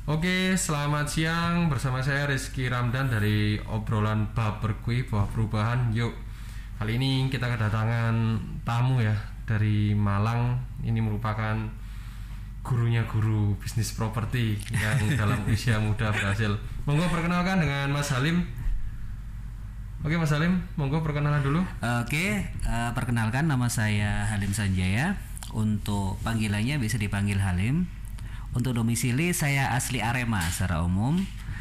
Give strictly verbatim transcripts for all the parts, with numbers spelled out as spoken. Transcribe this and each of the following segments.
Oke, selamat siang bersama saya Rizky Ramdan dari obrolan bab berkui bahwa perubahan yuk. Kali ini kita kedatangan tamu ya dari Malang. Ini merupakan gurunya guru bisnis properti yang dalam usia muda berhasil. Monggo perkenalkan dengan Mas Halim. Oke Mas Halim, monggo perkenalan dulu. Oke, uh, perkenalkan nama saya Halim Sanjaya. Untuk panggilannya bisa dipanggil Halim. Untuk domisili saya asli Arema secara umum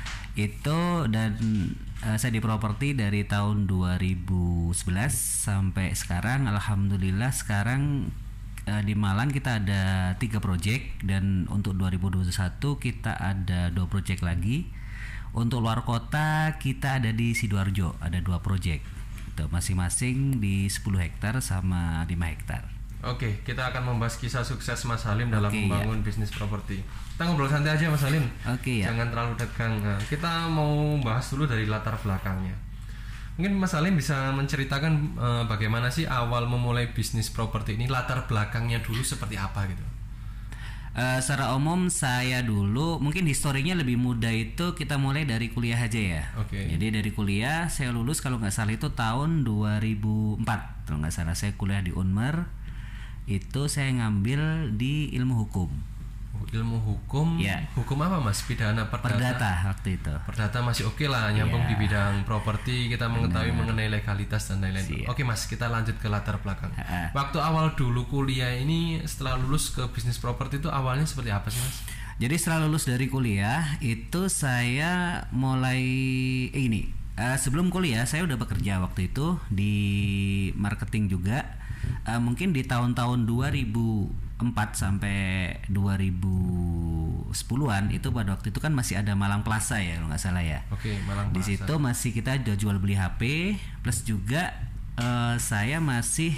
itu, dan uh, saya di properti dari tahun dua ribu sebelas sampai sekarang. Alhamdulillah sekarang uh, di Malang kita ada tiga proyek, dan untuk dua ribu dua puluh satu kita ada dua proyek lagi. Untuk luar kota kita ada di Sidoarjo, ada dua proyek itu, masing-masing di sepuluh hektar sama lima hektar. Oke, kita akan membahas kisah sukses Mas Halim dalam Oke, membangun ya. bisnis properti. Kita ngobrol santai aja Mas Halim. Oke, ya. Jangan terlalu tegang. Nah, kita mau bahas dulu dari latar belakangnya. Mungkin Mas Halim bisa menceritakan uh, bagaimana sih awal memulai bisnis properti ini, latar belakangnya dulu seperti apa gitu. Uh, secara umum saya dulu mungkin historinya lebih muda, itu kita mulai dari kuliah aja ya. Oke. Jadi dari kuliah saya lulus kalau nggak salah itu tahun dua ribu empat, kalau nggak salah saya kuliah di Unmer. Itu saya ngambil di ilmu hukum. Oh, ilmu hukum. Ya. Hukum apa Mas? Pidana, perdata. Perdata waktu itu. Perdata masih oke lah, nyambung Ya. di bidang properti, kita mengetahui mengenai legalitas dan lain-lain. Siap. Oke Mas, kita lanjut ke latar belakang. Ha-ha. Waktu awal dulu kuliah ini, setelah lulus ke bisnis properti itu awalnya seperti apa sih Mas? Jadi setelah lulus dari kuliah itu saya mulai eh, ini uh, sebelum kuliah saya udah bekerja waktu itu di marketing juga. Uh, mungkin di tahun-tahun dua ribu empat sampai dua ribu sepuluhan itu, pada waktu itu kan masih ada Malang Plaza ya kalau nggak salah ya. Oke, Malang Di Plaza. situ masih kita jual beli H P, plus juga uh, saya masih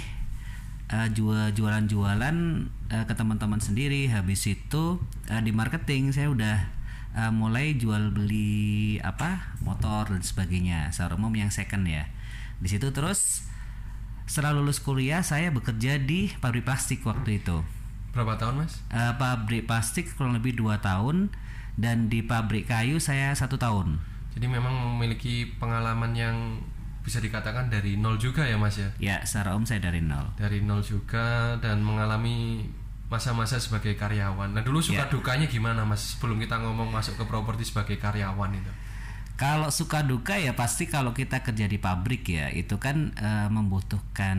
uh, jual jualan-jualan uh, ke teman-teman sendiri. Habis itu uh, di marketing saya udah uh, mulai jual beli apa motor dan sebagainya, secara umum yang second ya. Di situ terus setelah lulus kuliah saya bekerja di pabrik plastik waktu itu. Berapa tahun Mas? Uh, pabrik plastik kurang lebih dua tahun, dan di pabrik kayu saya satu tahun. Jadi memang memiliki pengalaman yang bisa dikatakan dari nol juga ya Mas ya? Ya, secara umum saya dari nol. Dari nol juga, dan mengalami masa-masa sebagai karyawan. Nah dulu suka Ya. dukanya gimana Mas, sebelum kita ngomong masuk ke properti sebagai karyawan itu? Kalau suka duka ya pasti kalau kita kerja di pabrik ya itu kan e, membutuhkan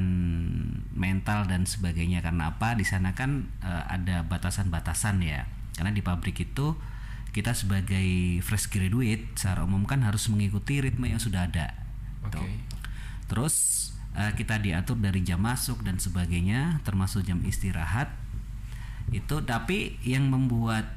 mental dan sebagainya. Karena apa? Di sana kan e, ada batasan-batasan ya. Karena di pabrik itu kita sebagai fresh graduate secara umum kan harus mengikuti ritme yang sudah ada. Oke. Tuh. Terus e, kita diatur dari jam masuk dan sebagainya, termasuk jam istirahat. Itu tapi yang membuat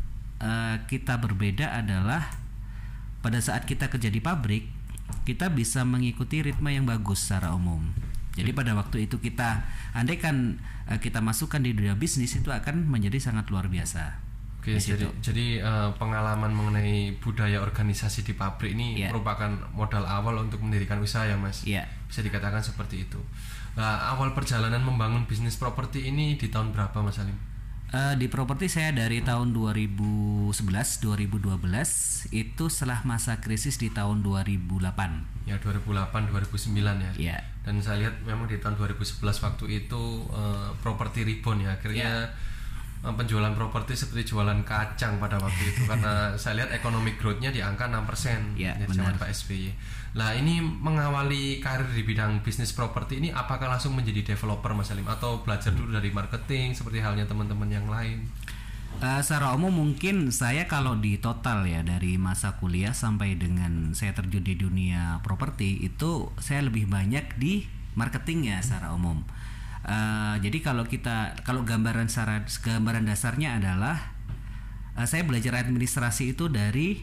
e, kita berbeda adalah pada saat kita kerja di pabrik, kita bisa mengikuti ritme yang bagus secara umum. Jadi pada waktu itu kita, andai kan uh, kita masukkan di dunia bisnis, itu akan menjadi sangat luar biasa. Oke, jadi, jadi uh, pengalaman mengenai budaya organisasi di pabrik ini Ya. merupakan modal awal untuk mendirikan usaha ya Mas? Ya. Bisa dikatakan seperti itu. Nah, awal perjalanan membangun bisnis properti ini di tahun berapa Mas Halim? Uh, di properti saya dari tahun dua ribu sebelas dua ribu dua belas, itu setelah masa krisis di tahun dua ribu delapan. Ya dua ribu delapan dua ribu sembilan ya. Ya. Dan saya lihat memang di tahun dua ribu sebelas waktu itu uh, properti rebound ya. Akhirnya uh, penjualan properti seperti jualan kacang pada waktu itu karena saya lihat economic growth-nya di angka enam persen Ya, di benar. zaman Pak S B Y. Nah, ini mengawali karir di bidang bisnis properti ini apakah langsung menjadi developer Mas Halim atau belajar dulu dari marketing seperti halnya teman-teman yang lain? Uh, secara umum mungkin saya kalau di total ya dari masa kuliah sampai dengan saya terjun di dunia properti itu saya lebih banyak di marketing ya secara umum. Uh, jadi kalau kita kalau gambaran secara gambaran dasarnya adalah uh, saya belajar administrasi itu dari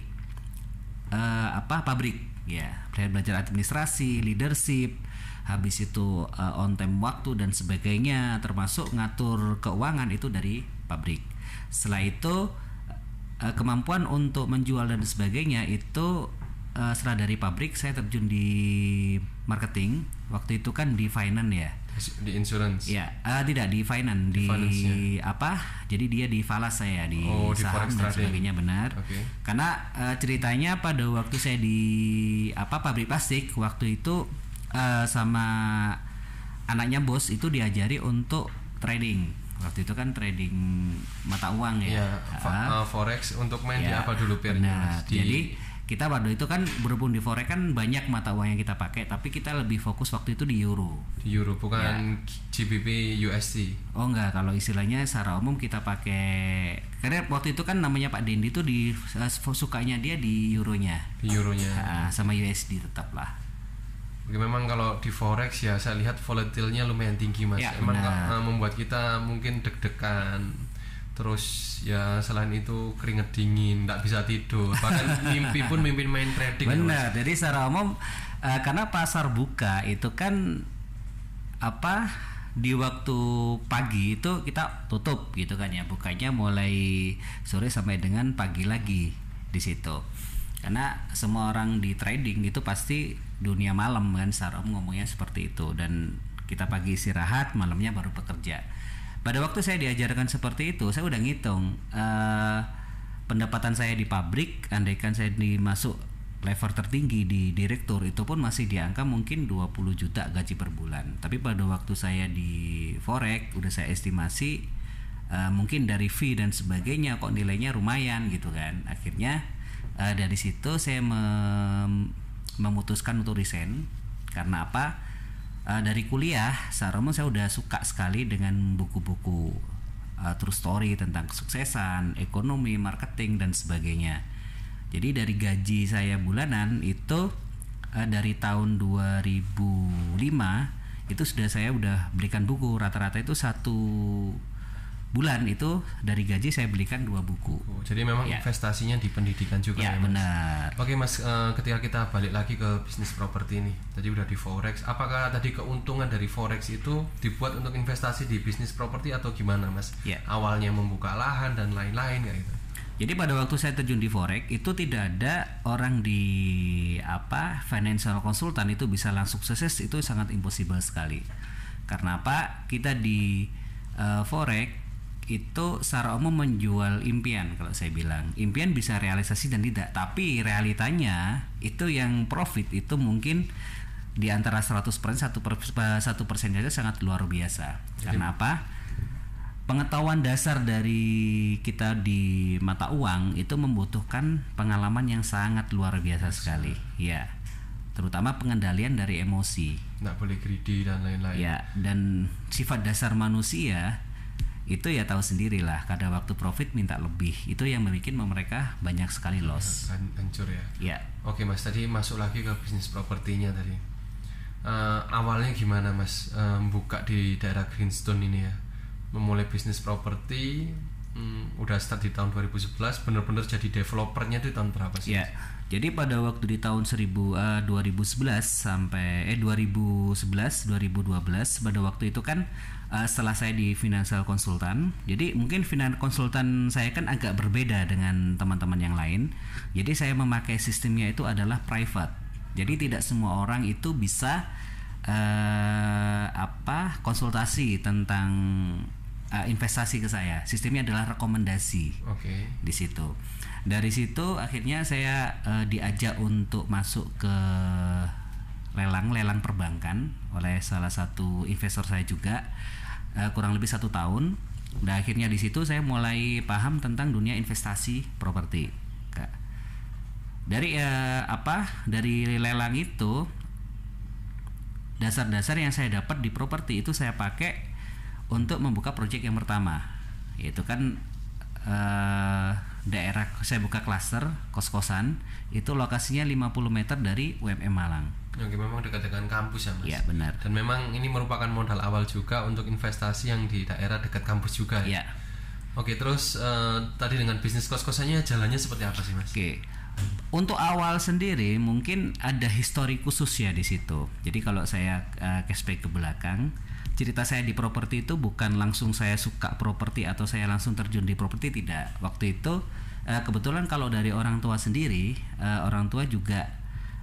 uh, apa pabrik ya, saya belajar administrasi, leadership, habis itu uh, on time waktu dan sebagainya, termasuk ngatur keuangan itu dari pabrik. Setelah itu uh, kemampuan untuk menjual dan sebagainya itu uh, setelah dari pabrik saya terjun di marketing. Waktu itu kan di finance ya. Di insurance. Ya, uh, tidak di finance, di, di apa? Jadi dia di falas saya di oh, saham di dan sebagainya benar. Okay. Karena uh, ceritanya pada waktu saya di apa pabrik plastik waktu itu uh, sama anaknya bos itu diajari untuk trading. Waktu itu kan trading mata uang ya. Ya uh, uh, forex untuk main ya, di apa dulu pairnya? Di... Jadi kita waktu itu kan berhubung di forex kan banyak mata uang yang kita pakai, tapi kita lebih fokus waktu itu di euro. Di euro bukan ya. G B P U S D. Oh enggak, kalau istilahnya secara umum kita pakai, karena waktu itu kan namanya Pak Dendi tuh di uh, sukanya dia di euronya. Di euronya. Uh, sama U S D tetap lah. Oke, memang kalau di forex ya saya lihat volatilnya lumayan tinggi mas. Ya, emang uh, membuat kita mungkin deg-degan. Terus ya selain itu keringet dingin, nggak bisa tidur, bahkan mimpi pun mimpi main trading. Benar. Ya, jadi secara umum uh, karena pasar buka itu kan apa di waktu pagi itu kita tutup gitu kan ya, bukanya mulai sore sampai dengan pagi lagi di situ. Karena semua orang di trading itu pasti dunia malam kan, secara umum ngomongnya seperti itu, dan kita pagi istirahat, malamnya baru bekerja. Pada waktu saya diajarkan seperti itu, saya udah ngitung uh, pendapatan saya di pabrik, andaikan saya dimasuk level tertinggi di direktur, itu pun masih di angka mungkin dua puluh juta gaji per bulan. Tapi pada waktu saya di forex, udah saya estimasi uh, mungkin dari fee dan sebagainya kok nilainya lumayan gitu kan. Akhirnya uh, dari situ saya mem- memutuskan untuk resign. Karena apa? Uh, dari kuliah, secara umum saya udah suka sekali dengan buku-buku uh, true story tentang kesuksesan, ekonomi, marketing dan sebagainya. Jadi dari gaji saya bulanan itu uh, dari tahun dua ribu lima itu sudah saya udah belikan buku, rata-rata itu satu bulan itu dari gaji saya belikan dua buku. Oh, jadi memang ya. Investasinya di pendidikan juga ya, ya mas. Benar. Oke mas, uh, ketika kita balik lagi ke bisnis properti ini, tadi udah di forex. Apakah tadi keuntungan dari forex itu dibuat untuk investasi di bisnis properti atau gimana mas? Ya. Awalnya membuka lahan dan lain-lain kayak gitu. Jadi pada waktu saya terjun di forex itu tidak ada orang di apa financial consultant itu bisa langsung sukses, itu sangat impossible sekali. Karena apa? Kita di uh, forex itu secara umum menjual impian. Kalau saya bilang impian bisa realisasi dan tidak, tapi realitanya itu yang profit itu mungkin di antara seratus persen satu persen saja sangat luar biasa. Jadi, karena apa? Pengetahuan dasar dari kita di mata uang itu membutuhkan pengalaman yang sangat luar biasa sekali ya, terutama pengendalian dari emosi, nggak boleh greedy dan lain-lain ya. Dan sifat dasar manusia itu ya tahu sendirilah, kada waktu profit minta lebih, itu yang membuat mereka banyak sekali loss, hancur ya. Ya. Oke mas, tadi masuk lagi ke bisnis propertinya tadi. Uh, awalnya gimana mas uh, buka di daerah Greenstone ini ya, memulai bisnis properti, hmm, udah start di tahun dua ribu sebelas, bener-bener jadi developernya itu tahun berapa sih? Ya. Jadi pada waktu di tahun seribu, uh, dua ribu sebelas sampai eh dua ribu sebelas dua ribu dua belas, pada waktu itu kan uh, setelah saya di financial consultant. Jadi mungkin financial consultant saya kan agak berbeda dengan teman-teman yang lain. Jadi saya memakai sistemnya itu adalah private. Jadi tidak semua orang itu bisa uh, apa konsultasi tentang uh, investasi ke saya. Sistemnya adalah rekomendasi. Oke. Okay. Di situ. Dari situ akhirnya saya uh, diajak untuk masuk ke lelang lelang perbankan oleh salah satu investor saya juga, uh, kurang lebih satu tahun. Dan akhirnya di situ saya mulai paham tentang dunia investasi properti. Dari uh, apa? Dari lelang itu dasar-dasar yang saya dapat di properti itu saya pakai untuk membuka proyek yang pertama, yaitu kan uh, daerah saya buka klaster kos-kosan itu lokasinya lima puluh meter dari U M M Malang. Oke, memang dekat dengan kampus ya mas. Iya benar. Dan memang ini merupakan modal awal juga untuk investasi yang di daerah dekat kampus juga. Iya. Oke, terus uh, tadi dengan bisnis kos-kosannya jalannya seperti apa sih mas? Oke. Untuk awal sendiri mungkin ada histori khusus ya di situ. Jadi kalau saya uh, cashback ke belakang, cerita saya di properti itu bukan langsung saya suka properti atau saya langsung terjun di properti, tidak. Waktu itu uh, kebetulan kalau dari orang tua sendiri, uh, orang tua juga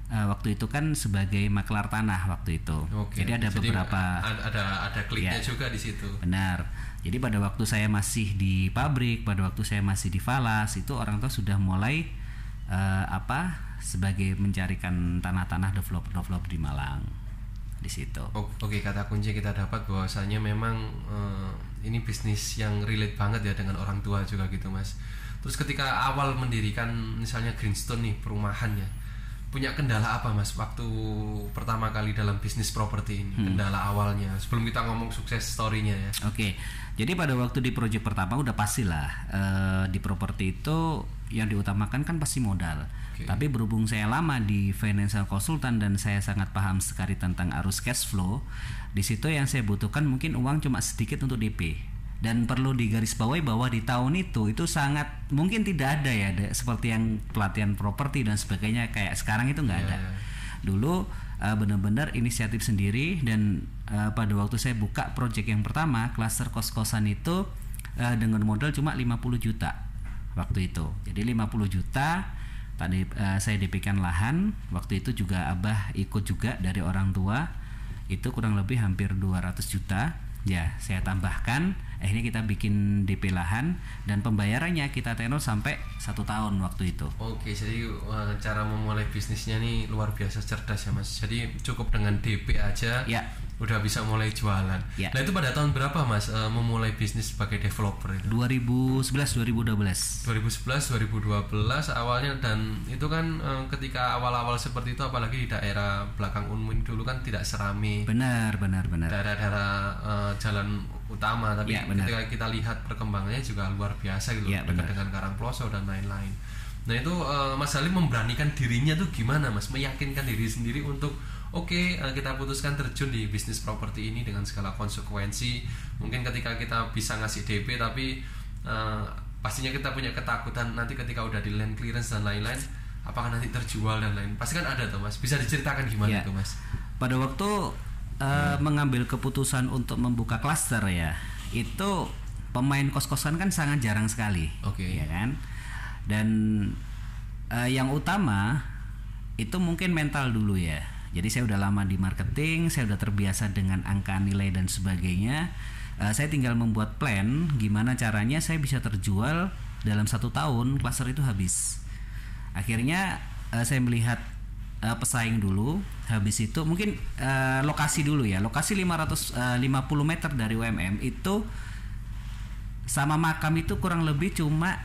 uh, waktu itu kan sebagai maklar tanah waktu itu. Oke, jadi ada jadi beberapa ada ada, ada kliknya ya, juga di situ. Benar. Jadi pada waktu saya masih di pabrik, pada waktu saya masih di Falas, itu orang tua sudah mulai uh, apa sebagai mencarikan tanah-tanah developer-developer di Malang di situ. Oh, Oke, kata kunci kita dapat bahwasanya memang uh, ini bisnis yang relate banget ya dengan orang tua juga gitu Mas. Terus ketika awal mendirikan misalnya Greenstone nih perumahan ya, punya kendala apa Mas waktu pertama kali dalam bisnis properti ini? Hmm. Kendala awalnya sebelum kita ngomong sukses story-nya ya. Oke. Jadi pada waktu di proyek pertama udah pastilah uh, di properti itu yang diutamakan kan pasti modal. Okay. Tapi berhubung saya lama di financial consultant dan saya sangat paham sekali tentang arus cash flow, di situ yang saya butuhkan mungkin uang cuma sedikit untuk D P. Dan perlu digarisbawahi bahwa di tahun itu itu sangat mungkin tidak ada ya ada, seperti yang pelatihan properti dan sebagainya kayak sekarang itu nggak ada. Yeah. Dulu uh, benar-benar inisiatif sendiri dan uh, pada waktu saya buka proyek yang pertama klaster kos-kosan itu uh, dengan modal cuma lima puluh juta waktu itu. Jadi lima puluh juta tadi uh, saya D P-kan lahan. Waktu itu juga Abah ikut juga dari orang tua. Itu kurang lebih hampir dua ratus juta. Ya, saya tambahkan, akhirnya kita bikin D P lahan dan pembayarannya kita tenor sampai satu tahun waktu itu. Oke, jadi uh, cara memulai bisnisnya nih luar biasa cerdas ya Mas. Jadi cukup dengan D P aja, ya, udah bisa mulai jualan. Ya. Nah itu pada tahun berapa Mas uh, memulai bisnis sebagai developer itu? dua ribu sebelas dua ribu dua belas. dua ribu sebelas dua ribu dua belas awalnya dan itu kan uh, ketika awal-awal seperti itu apalagi di daerah belakang Unmul dulu kan tidak serami. Benar, benar, benar. Daerah-daerah uh, jalan utama tapi ya, ketika kita lihat perkembangannya juga luar biasa gitu ya, dekat dengan Karangploso dan lain-lain. Nah itu uh, Mas Salim memberanikan dirinya tuh gimana Mas, meyakinkan diri sendiri untuk oke okay, uh, kita putuskan terjun di bisnis properti ini dengan segala konsekuensi. Mungkin ketika kita bisa ngasih D P tapi uh, pastinya kita punya ketakutan nanti ketika udah di land clearance dan lain-lain apakah nanti terjual dan lain pasti kan ada tuh Mas, bisa diceritakan gimana ya. Tuh Mas pada waktu Uh, hmm. mengambil keputusan untuk membuka klaster ya itu pemain kos-kosan kan sangat jarang sekali, okay. ya kan? Dan uh, yang utama itu mungkin mental dulu ya. Jadi saya udah lama di marketing, saya udah terbiasa dengan angka nilai dan sebagainya. Uh, saya tinggal membuat plan gimana caranya saya bisa terjual dalam satu tahun klaster itu habis. Akhirnya uh, saya melihat Uh, pesaing dulu, habis itu mungkin uh, lokasi dulu ya, lokasi lima ratus lima puluh meter dari U M M itu sama makam itu kurang lebih cuma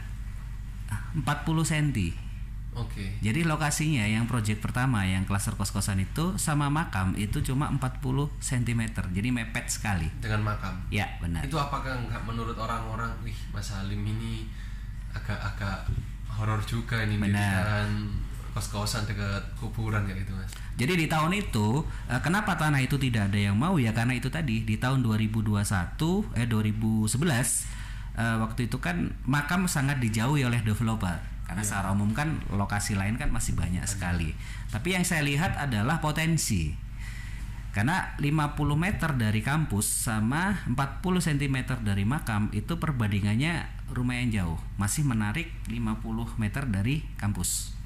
empat puluh sentimeter. Oke. Okay. Jadi lokasinya yang proyek pertama yang klaster kos-kosan itu sama makam itu cuma empat puluh sentimeter. Jadi mepet sekali. Dengan makam. Ya, benar. Itu apakah enggak menurut orang-orang, wih Mas Salim ini agak-agak horor juga ini mendirikan kos-kosan dekat kuburan kayak gitu Mas. Jadi di tahun itu uh, kenapa tanah itu tidak ada yang mau ya karena itu tadi di tahun dua ribu dua puluh satu eh dua ribu sebelas uh, waktu itu kan makam sangat dijauhi oleh developer karena yeah. secara umum kan lokasi lain kan masih banyak okay. sekali. Tapi yang saya lihat adalah potensi. Karena lima puluh meter dari kampus sama empat puluh sentimeter dari makam itu perbandingannya lumayan jauh. Masih menarik lima puluh meter dari kampus.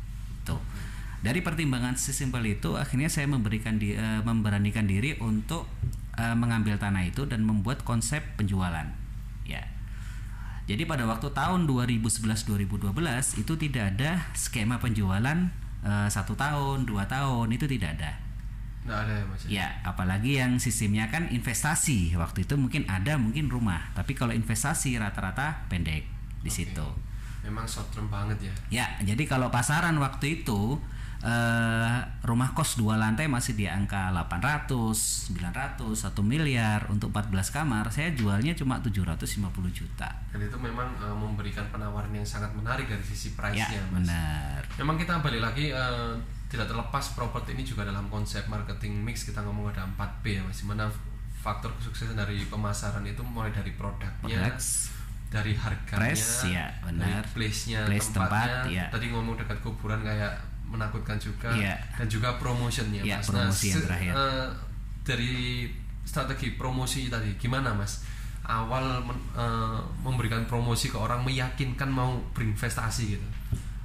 Dari pertimbangan sesimpel itu akhirnya saya memberikan di, uh, memberanikan diri untuk uh, mengambil tanah itu dan membuat konsep penjualan ya. Jadi pada waktu tahun dua ribu sebelas dua ribu dua belas itu tidak ada skema penjualan uh, satu tahun dua tahun itu tidak ada. Nggak ada ya Mas ya, apalagi yang sistemnya kan investasi waktu itu mungkin ada mungkin rumah tapi kalau investasi rata-rata pendek di okay. situ. Memang short term banget ya. Ya, jadi kalau pasaran waktu itu eh, rumah kos dua lantai masih di angka delapan ratus, sembilan ratus, satu miliar untuk empat belas kamar. Saya jualnya cuma tujuh ratus lima puluh juta. Dan itu memang uh, memberikan penawaran yang sangat menarik dari sisi price-nya, ya, Mas. Benar. Memang kita balik lagi uh, tidak terlepas properti ini juga dalam konsep marketing mix kita ngomong ada empat P ya, Mas. Dimana faktor kesuksesan dari pemasaran itu mulai dari produknya, Products, dari harganya, price, ya, benar. dari place-nya, place tempatnya. Tempat, ya. Tadi ngomong dekat kuburan kayak menakutkan juga, ya. Dan juga promotionnya, ya, Mas. Promosi nah, yang terakhir. Uh, dari strategi promosi tadi, gimana, Mas? Awal men, uh, memberikan promosi ke orang, meyakinkan mau berinvestasi gitu.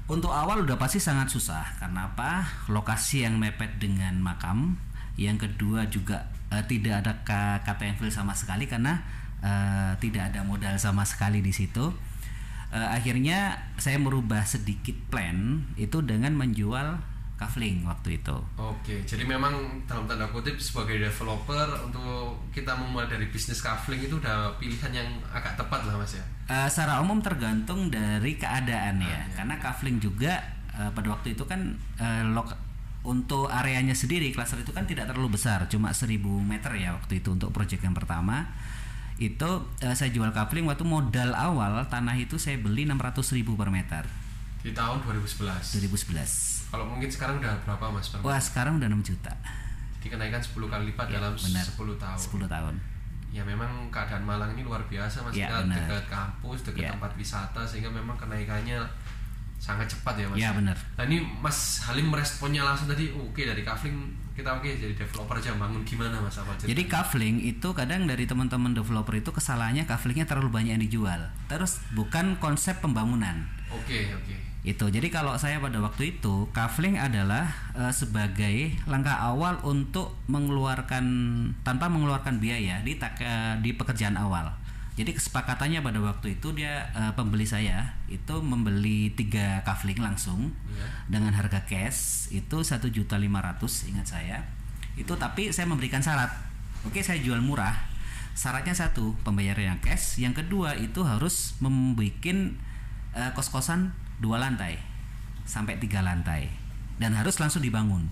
Untuk awal udah pasti sangat susah. Karena apa? Lokasi yang mepet dengan makam. Yang kedua juga uh, tidak ada K T M Field sama sekali karena uh, tidak ada modal sama sekali di situ. Uh, akhirnya saya merubah sedikit plan itu dengan menjual kafling waktu itu. Oke, jadi memang dalam tanda kutip sebagai developer untuk kita memulai dari bisnis kafling itu udah pilihan yang agak tepat lah Mas ya. Uh, secara umum tergantung dari keadaan ya, ah, ya. Karena kafling juga uh, pada waktu itu kan uh, lok untuk areanya sendiri cluster itu kan tidak terlalu besar, cuma seribu meter ya waktu itu untuk proyek yang pertama. Itu uh, saya jual kafling waktu modal awal tanah itu saya beli enam ratus ribu per meter. Di tahun dua ribu sebelas. dua ribu sebelas. Kalau mungkin sekarang udah berapa Mas? Per Wah, sekarang udah enam juta. Dikenaikan sepuluh kali lipat ya, dalam benar. sepuluh tahun. sepuluh tahun. Ya memang keadaan Malang ini luar biasa Mas, ya, kita dekat kampus, dekat ya. tempat wisata sehingga memang kenaikannya sangat cepat ya Mas. Ya, benar. Nah ini Mas Halim meresponnya langsung tadi, oke okay, dari kafling kita oke okay, jadi developer aja bangun gimana Mas apa cerita? Jadi kafling itu kadang dari teman-teman developer itu kesalahannya kaflingnya terlalu banyak yang dijual. Terus bukan konsep pembangunan. Oke okay, oke. Okay. Itu jadi kalau saya pada waktu itu kafling adalah uh, sebagai langkah awal untuk mengeluarkan tanpa mengeluarkan biaya di uh, di pekerjaan awal. Jadi kesepakatannya pada waktu itu dia uh, pembeli saya itu membeli tiga kafling langsung yeah. dengan harga cash itu satu juta lima ratus ingat saya. Itu tapi saya memberikan syarat. Oke, saya jual murah. Syaratnya satu, pembayaran yang cash. Yang kedua itu harus membuat uh, kos-kosan dua lantai sampai tiga lantai dan harus langsung dibangun.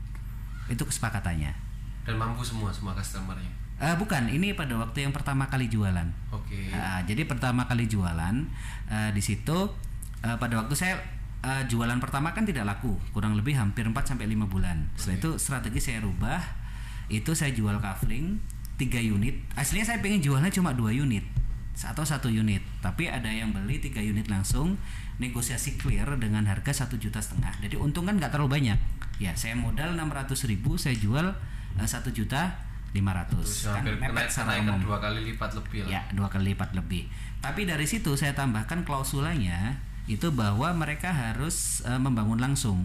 Itu kesepakatannya. Dan mampu semua semua customernya. Uh, bukan, ini pada waktu yang pertama kali jualan. Oke. Okay. Uh, jadi pertama kali jualan uh, di situ uh, pada waktu saya uh, jualan pertama kan tidak laku, kurang lebih hampir empat sampai lima bulan. Setelah okay. itu strategi saya rubah. Itu saya jual kafling tiga unit. Aslinya saya pengen jualnya cuma dua unit atau satu unit, tapi ada yang beli tiga unit langsung, negosiasi clear dengan harga satu juta setengah. Jadi untung kan nggak terlalu banyak. Ya, saya modal enam ratus ribu, saya jual satu juta lima ratus. Kan mepet secara umum. Dua kali lipat lebih lah. Ya, dua kali lipat lebih. Tapi dari situ saya tambahkan klausulanya itu bahwa mereka harus uh, membangun langsung.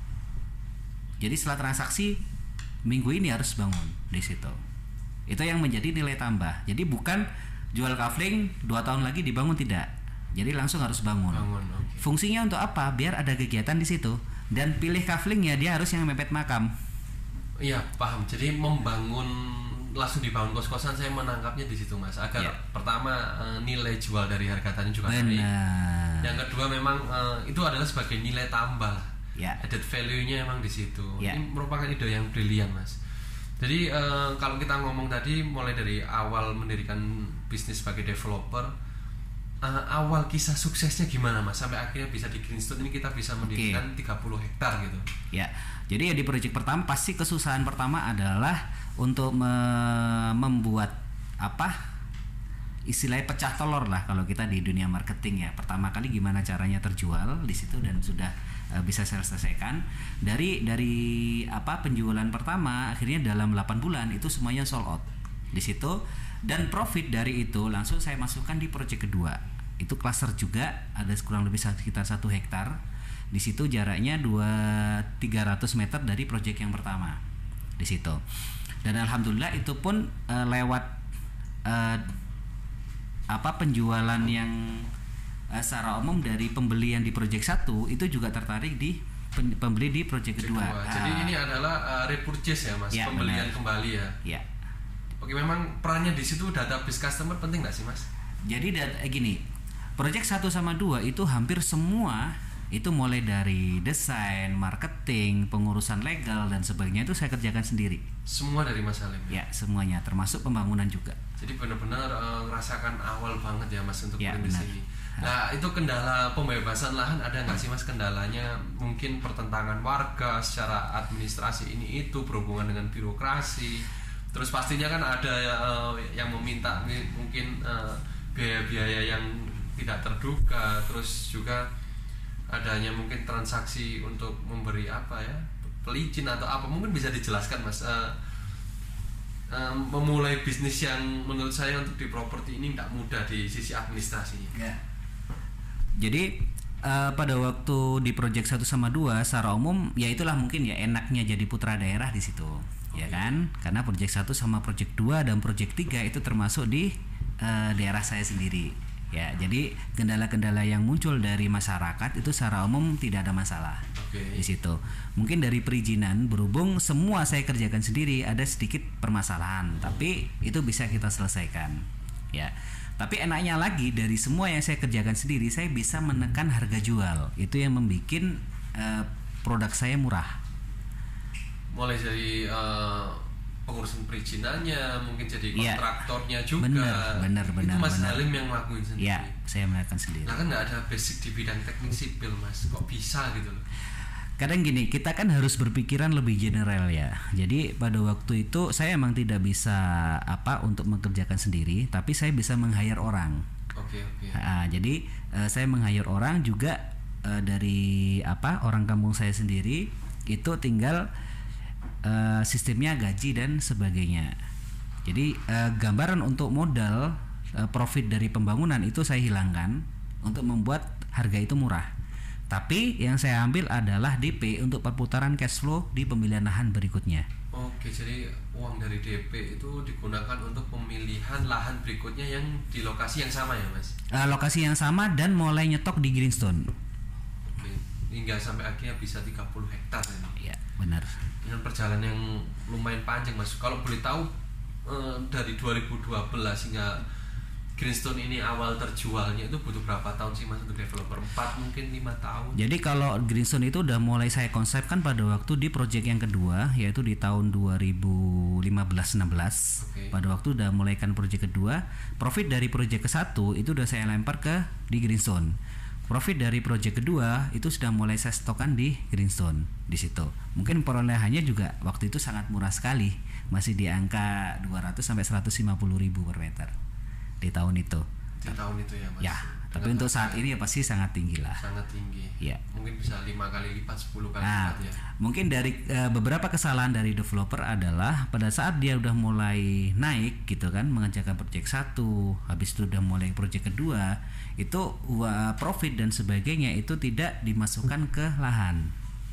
Jadi setelah transaksi minggu ini harus bangun di situ. Itu yang menjadi nilai tambah. Jadi bukan jual kafling dua tahun lagi dibangun, tidak. Jadi langsung harus bangun. bangun okay. Fungsinya untuk apa? Biar ada kegiatan di situ. Dan pilih kaflingnya dia harus yang mepet makam. Iya, paham. Jadi membangun langsung dibangun kos-kosan, saya menangkapnya di situ Mas. Agar ya. pertama nilai jual dari harga tanah juga naik. Yang kedua memang itu adalah sebagai nilai tambah. Ya. Added value-nya emang di situ. Ya. Ini merupakan ide yang brilian Mas. Jadi uh, kalau kita ngomong tadi mulai dari awal mendirikan bisnis sebagai developer, uh, awal kisah suksesnya gimana Mas sampai akhirnya bisa di Greenstone ini kita bisa mendirikan okay. tiga puluh hektar gitu. Ya. Jadi ya di proyek pertama pasti kesusahan pertama adalah untuk me- membuat apa? Istilahnya pecah telur lah kalau kita di dunia marketing ya. Pertama kali gimana caranya terjual di situ dan sudah bisa saya selesaikan dari dari apa penjualan pertama akhirnya dalam delapan bulan itu semuanya sold out di situ dan profit dari itu langsung saya masukkan di proyek kedua. Itu cluster juga ada kurang lebih sekitar satu hektar. Di situ jaraknya dua tiga ratus meter dari proyek yang pertama di situ. Dan alhamdulillah itu pun uh, lewat uh, apa penjualan yang secara umum dari pembelian di proyek satu itu juga tertarik di pembeli di proyek kedua. kedua. Jadi uh, ini adalah uh, repurchase ya Mas, ya, pembelian benar. kembali ya. Ya. Oke, memang perannya di situ database customer penting nggak sih Mas? Jadi eh, gini, proyek satu sama dua itu hampir semua itu mulai dari desain, marketing, pengurusan legal dan sebagainya itu saya kerjakan sendiri. Semua dari Mas Halim? Ya, semuanya termasuk pembangunan juga. Jadi benar-benar uh, ngerasakan awal banget ya Mas untuk ya, bisnis ini. Nah itu kendala pembebasan lahan ada nggak sih Mas kendalanya? Mungkin pertentangan warga secara administrasi ini itu berhubungan dengan birokrasi. Terus pastinya kan ada uh, yang meminta mungkin uh, biaya-biaya yang tidak terduga. Terus juga adanya mungkin transaksi untuk memberi apa ya pelicin atau apa, mungkin bisa dijelaskan Mas. Uh, uh, memulai bisnis yang menurut saya untuk di properti ini nggak mudah di sisi administrasinya. Ya. Jadi uh, pada waktu di project satu sama dua secara umum ya itulah mungkin ya enaknya jadi putra daerah di situ. Okay. Ya kan? Karena project satu sama project dua dan project tiga itu termasuk di uh, daerah saya sendiri. Ya, jadi kendala-kendala yang muncul dari masyarakat itu secara umum tidak ada masalah. Okay. Di situ. Mungkin dari perizinan berhubung semua saya kerjakan sendiri ada sedikit permasalahan, tapi itu bisa kita selesaikan. Ya. Tapi enaknya lagi dari semua yang saya kerjakan sendiri saya bisa menekan harga jual. Itu yang membuat uh, produk saya murah. Mulai dari uh... pengurusan perizinannya, mungkin jadi kontraktornya ya, juga. Benar, benar, benar. Itu Mas benar. Halim yang ngelakuin sendiri. Ya, saya melakukan sendiri. Nah kan nggak ada basic di bidang teknik sipil, Mas. Kok bisa gitu loh? Kadang gini, kita kan harus berpikiran lebih general ya. Jadi pada waktu itu saya emang tidak bisa apa untuk mengerjakan sendiri, tapi saya bisa meng-hire orang. Oke, okay, oke. Okay. Nah, jadi uh, saya meng-hire orang juga uh, dari apa orang kampung saya sendiri itu tinggal Uh, sistemnya gaji dan sebagainya. Jadi uh, gambaran untuk modal uh, profit dari pembangunan itu saya hilangkan untuk membuat harga itu murah. Tapi yang saya ambil adalah D P untuk perputaran cash flow di pemilihan lahan berikutnya. Oke, jadi uang dari D P itu digunakan untuk pemilihan lahan berikutnya yang di lokasi yang sama ya, Mas? Uh, lokasi yang sama dan mulai nyetok di Greenstone. Oke, hingga sampai akhirnya bisa tiga puluh hektar ini. Iya, benar. Dengan perjalanan yang lumayan panjang, Mas. Kalau boleh tahu eh, dari dua ribu dua belas hingga Greenstone ini awal terjualnya itu butuh berapa tahun sih, Mas, untuk developer? empat mungkin lima tahun. Jadi kalau Greenstone itu udah mulai saya konsepkan pada waktu di project yang kedua, yaitu di tahun dua ribu lima belas enam belas. Okay. Pada waktu udah mulaikan project kedua, profit dari project ke satu itu udah saya lempar ke di Greenstone. Profit dari project kedua itu sudah mulai saya stokkan di Greenstone di situ. Mungkin perolehannya juga waktu itu sangat murah sekali, masih di angka dua ratus sampai seratus lima puluh ribu per meter di tahun itu. Di tahun itu ya, Mas. Ya, tapi untuk saat ini ya pasti sangat tinggi lah. Sangat tinggi. Ya. Mungkin bisa lima kali lipat, sepuluh kali nah, lipat ya. Mungkin dari uh, beberapa kesalahan dari developer adalah pada saat dia udah mulai naik gitu kan, mengerjakan project satu, habis itu udah mulai project kedua, itu uh, profit dan sebagainya itu tidak dimasukkan ke lahan.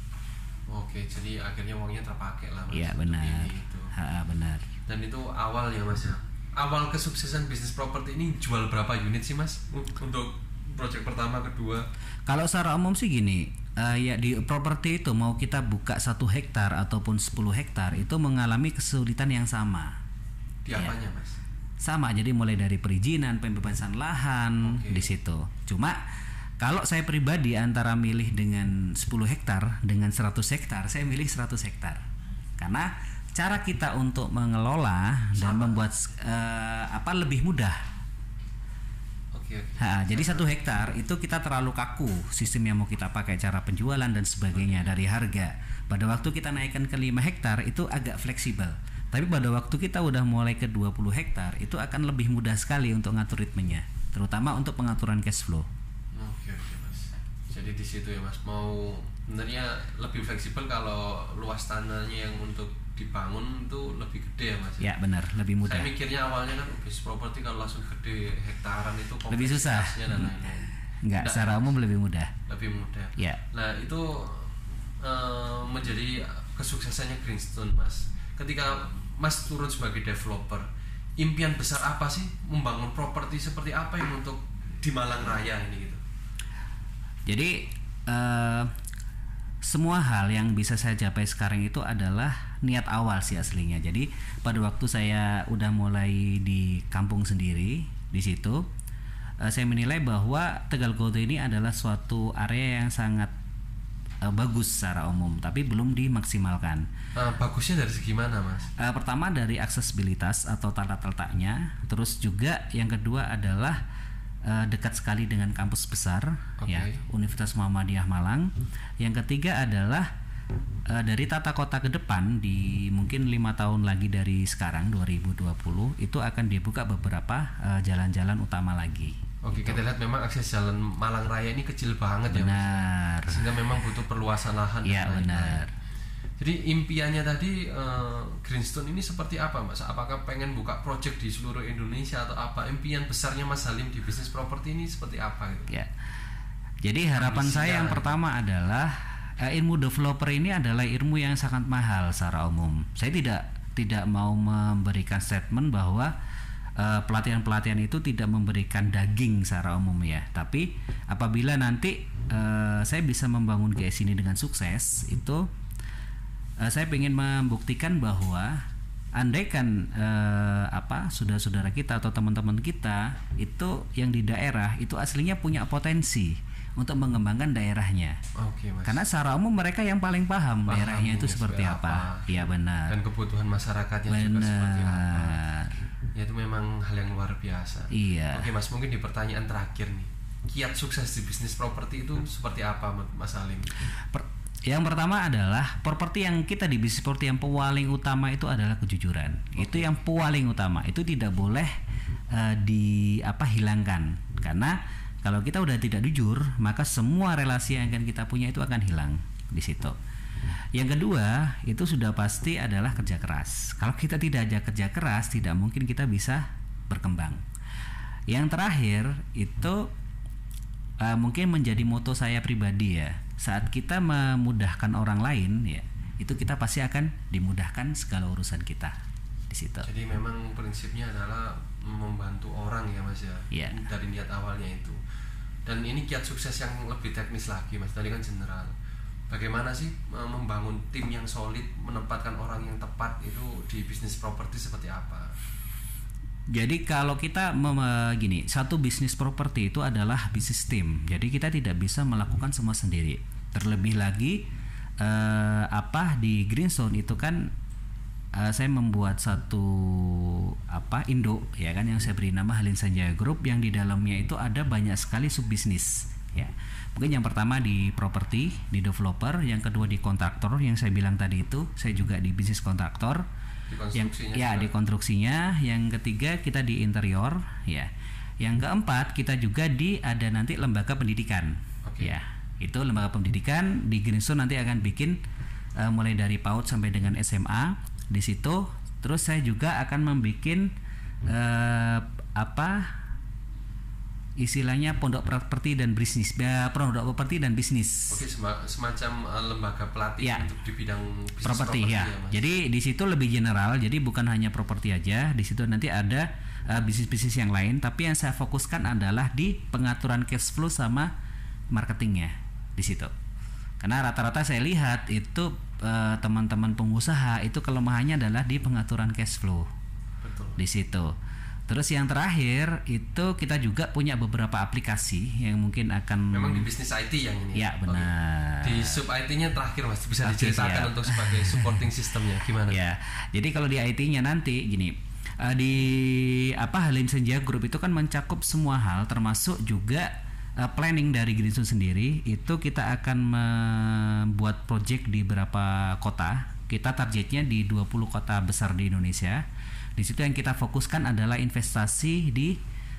Oke, jadi akhirnya uangnya terpakai lah, Mas. Iya, benar. Ha, benar. Dan itu awal ya, Mas ya. Awal kesuksesan bisnis properti ini jual berapa unit sih, Mas? Untuk project pertama, kedua? Kalau secara umum sih gini, uh, ya di properti itu mau kita buka satu hektar ataupun sepuluh hektar itu mengalami kesulitan yang sama. Di apanya, ya. Mas? Sama, jadi mulai dari perizinan, pembebasan lahan, okay. Di situ. Cuma kalau saya pribadi antara milih dengan sepuluh hektar dengan seratus hektar, saya milih seratus hektar. Karena cara kita untuk mengelola dan sama. membuat uh, apa lebih mudah. Oke. Okay, okay. Ha, jadi satu hektar itu kita terlalu kaku sistem yang mau kita pakai, cara penjualan dan sebagainya dari harga. Pada waktu kita naikkan ke lima hektar itu agak fleksibel. Tapi pada waktu kita udah mulai ke dua puluh hektar itu akan lebih mudah sekali untuk ngatur ritmenya, terutama untuk pengaturan cash flow. Oke, oke, Mas. Jadi di situ ya, Mas, mau sebenarnya lebih fleksibel kalau luas tanahnya yang untuk dibangun itu lebih gede ya, Mas. Ya, benar, lebih mudah. Saya mikirnya awalnya kan bisnis properti kalau langsung gede hektaran itu lebih susah. Dan lain-lain. Enggak, nah, secara umum lebih mudah. Lebih mudah. Ya. Nah, itu uh, menjadi kesuksesannya Greenstone, Mas. Ketika Mas turun sebagai developer, impian besar apa sih membangun properti seperti apa yang untuk di Malang Raya ini gitu? Jadi uh, semua hal yang bisa saya capai sekarang itu adalah niat awal sih aslinya. Jadi pada waktu saya udah mulai di kampung sendiri di situ, uh, saya menilai bahwa Tegal Kota ini adalah suatu area yang sangat uh, bagus secara umum, tapi belum dimaksimalkan. Uh, bagusnya dari segi mana, Mas? Uh, pertama dari aksesibilitas atau tata letaknya, terus juga yang kedua adalah uh, dekat sekali dengan kampus besar, okay. Ya, Universitas Muhammadiyah Malang. Yang ketiga adalah uh, dari tata kota ke depan di mungkin lima tahun lagi dari sekarang dua ribu dua puluh itu akan dibuka beberapa uh, jalan-jalan utama lagi. Oke, kita lihat memang akses jalan Malang Raya ini kecil banget. Benar. Ya, Mas. Sehingga memang butuh perluasan lahan. Iya, benar. Jadi impiannya tadi uh, Greenstone ini seperti apa, Mas? Apakah pengen buka project di seluruh Indonesia atau apa? Impian besarnya Mas Halim di bisnis properti ini seperti apa gitu? Ya. Jadi harapan Ambisinya. saya yang pertama adalah uh, ilmu developer ini adalah ilmu yang sangat mahal secara umum. Saya tidak tidak mau memberikan statement bahwa uh, pelatihan-pelatihan itu tidak memberikan daging secara umum ya. Tapi apabila nanti uh, saya bisa membangun G S ini dengan sukses, itu uh, saya ingin membuktikan bahwa andaikan eh, apa saudara-saudara kita atau teman-teman kita itu yang di daerah itu aslinya punya potensi untuk mengembangkan daerahnya. Oke, Mas. Karena secara umum mereka yang paling paham, Paham daerahnya itu ya, seperti apa. Iya benar. Dan kebutuhan masyarakatnya juga Benar. seperti apa. Ya itu memang hal yang luar biasa. Iya. Oke, Mas, mungkin di pertanyaan terakhir nih. Kiat sukses di bisnis properti itu seperti apa, Mas Salim? Per- Yang pertama adalah properti yang kita di bisnis properti yang paling utama itu adalah kejujuran. Okay. Itu yang paling utama. Itu tidak boleh uh, di apa hilangkan. Karena kalau kita udah tidak jujur, maka semua relasi yang akan kita punya itu akan hilang di situ. Yang kedua, itu sudah pasti adalah kerja keras. Kalau kita tidak ada kerja keras, tidak mungkin kita bisa berkembang. Yang terakhir itu uh, mungkin menjadi moto saya pribadi ya. Saat kita memudahkan orang lain ya, itu kita pasti akan dimudahkan segala urusan kita di situ. Jadi memang prinsipnya adalah membantu orang ya, Mas ya. Yeah. Dari niat awalnya itu. Dan ini kiat sukses yang lebih teknis lagi, Mas. Tadi kan general. Bagaimana sih membangun tim yang solid, menempatkan orang yang tepat itu di bisnis properti seperti apa? Jadi kalau kita mem- gini, satu bisnis properti itu adalah bisnis tim. Jadi kita tidak bisa melakukan semua sendiri. Terlebih lagi eh, apa di Greenstone itu kan eh, saya membuat satu apa induk ya kan yang saya beri nama Halin Sanjaya Group yang di dalamnya itu ada banyak sekali subbisnis ya. Mungkin yang pertama di properti, di developer, yang kedua di kontraktor yang saya bilang tadi itu, saya juga di bisnis kontraktor. Yang ya di konstruksinya, yang ketiga kita di interior ya, yang keempat kita juga di ada nanti lembaga pendidikan. Okay. Ya itu lembaga pendidikan di Greenstone nanti akan bikin uh, mulai dari PAUD sampai dengan S M A di situ. Terus saya juga akan membikin uh, apa istilahnya pondok properti dan bisnis, ya, pondok properti dan bisnis. Oke, semacam uh, lembaga pelatihan ya, untuk di bidang bisnis properti ya. ya jadi di situ lebih general, jadi bukan hanya properti aja. Di situ nanti ada uh, bisnis-bisnis yang lain, tapi yang saya fokuskan adalah di pengaturan cash flow sama marketingnya di situ. Karena rata-rata saya lihat itu uh, teman-teman pengusaha itu kelemahannya adalah di pengaturan cash flow. Betul. Di situ. Terus yang terakhir itu kita juga punya beberapa aplikasi yang mungkin akan memang di bisnis I T yang ini. Ya benar. Di sub I T-nya terakhir Mas bisa terakhir, diceritakan ya. Untuk sebagai supporting sistemnya gimana? Ya. Jadi kalau di I T-nya nanti gini, uh, di apa Halim Sanjaya Group itu kan mencakup semua hal termasuk juga uh, planning dari Greenstone sendiri. Itu kita akan membuat project di beberapa kota. Kita targetnya di dua puluh kota besar di Indonesia. Di situ yang kita fokuskan adalah investasi di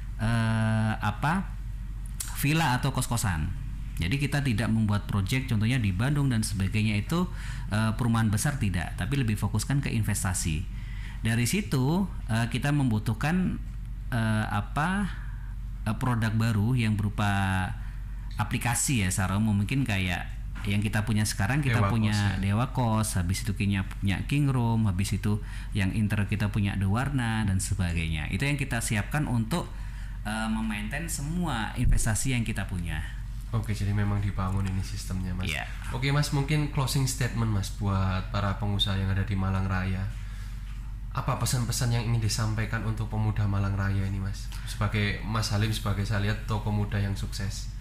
uh, apa villa atau kos-kosan. Jadi kita tidak membuat proyek contohnya di Bandung dan sebagainya itu uh, perumahan besar tidak, tapi lebih fokuskan ke investasi. Dari situ uh, kita membutuhkan uh, apa uh, produk baru yang berupa aplikasi ya secara umum, mungkin kayak yang kita punya sekarang kita Dewa punya Kos, ya. Dewa Kos, habis itu kita punya King Room, habis itu yang inter kita punya The Warna dan sebagainya. Itu yang kita siapkan untuk uh, memaintain semua investasi yang kita punya. Oke, jadi memang dibangun ini sistemnya, Mas. Yeah. Oke, Mas, mungkin closing statement Mas buat para pengusaha yang ada di Malang Raya. Apa pesan-pesan yang ingin disampaikan untuk pemuda Malang Raya ini, Mas? Sebagai Mas Halim, sebagai saya lihat toko muda yang sukses.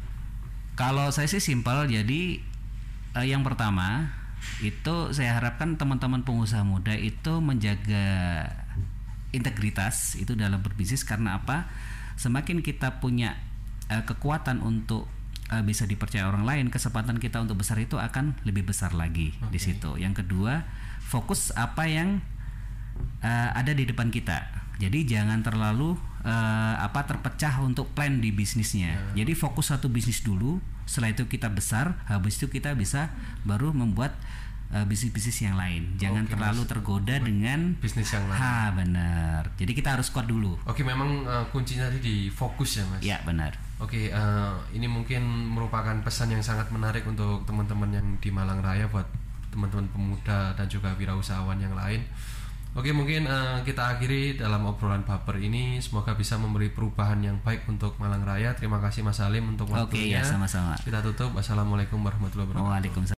Kalau saya sih simpel, jadi eh, yang pertama itu saya harapkan teman-teman pengusaha muda itu menjaga integritas itu dalam berbisnis. Karena apa? Semakin kita punya eh, kekuatan untuk eh, bisa dipercaya orang lain, kesempatan kita untuk besar itu akan lebih besar lagi. Okay. Di situ. Yang kedua, fokus apa yang eh, ada di depan kita. Jadi jangan terlalu uh, apa terpecah untuk plan di bisnisnya. Ya. Jadi fokus satu bisnis dulu. Setelah itu kita besar, habis itu kita bisa baru membuat uh, bisnis-bisnis yang lain. Jangan Oke, terlalu mas. tergoda Buat dengan bisnis yang lain. Ha benar. Jadi kita harus kuat dulu. Oke, memang uh, kuncinya tadi di fokus ya, Mas. Ya benar. Oke, eh, ini mungkin merupakan pesan yang sangat menarik untuk teman-teman yang di Malang Raya, buat teman-teman pemuda dan juga wirausahawan yang lain. Oke, mungkin uh, kita akhiri dalam obrolan baper ini. Semoga bisa memberi perubahan yang baik untuk Malang Raya. Terima kasih Mas Salim untuk waktunya. Oke, ya sama-sama. Kita tutup. Wassalamualaikum warahmatullahi wabarakatuh. Waalaikumsalam.